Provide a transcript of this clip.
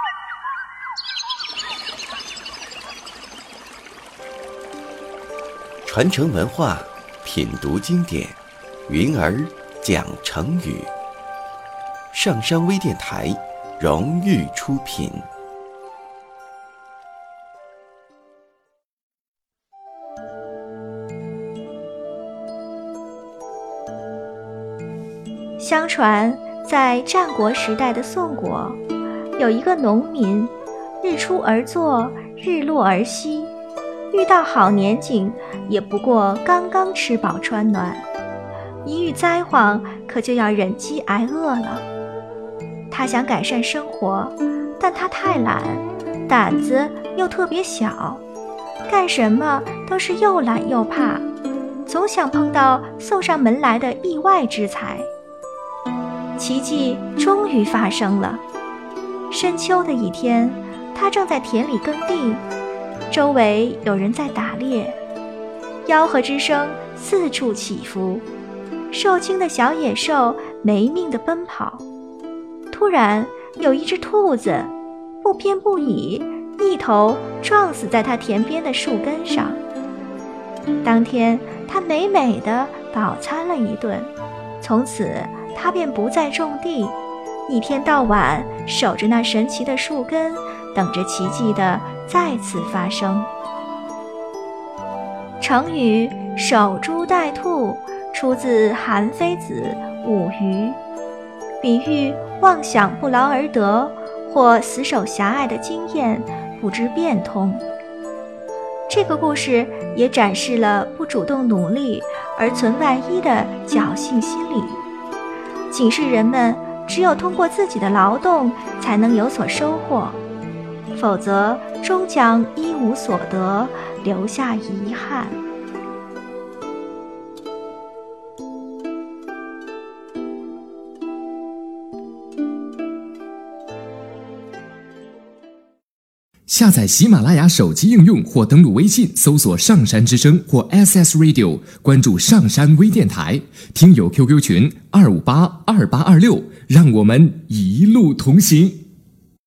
传承文化，品读经典，云儿讲成语。上山微电台荣誉出品。 相传，在战国时代的宋国，有一个农民，日出而作，日落而息，遇到好年景，也不过刚刚吃饱穿暖；一遇灾荒，可就要忍饥挨饿了。他想改善生活，但他太懒，胆子又特别小，干什么都是又懒又怕，总想碰到送上门来的意外之财。奇迹终于发生了。深秋的一天，他正在田里耕地，周围有人在打猎，吆喝之声四处起伏，受惊的小野兽没命地奔跑。突然有一只兔子不偏不倚，一头撞死在他田边的树根上。当天他美美地饱餐了一顿，从此他便不再种地，一天到晚守着那神奇的树根，等着奇迹的再次发生。成语守株待兔出自韩非子《舞鱼》，比喻妄想不劳而得，或死守狭隘的经验不知变通。这个故事也展示了不主动努力而存万一的侥幸心理，警示人们只有通过自己的劳动才能有所收获，否则终将一无所得，留下遗憾。 下载喜马拉雅手机应用或登录微信搜索上山之声或 SS Radio， 关注上山微电台，听友 QQ 群2582826，让我们一路同行。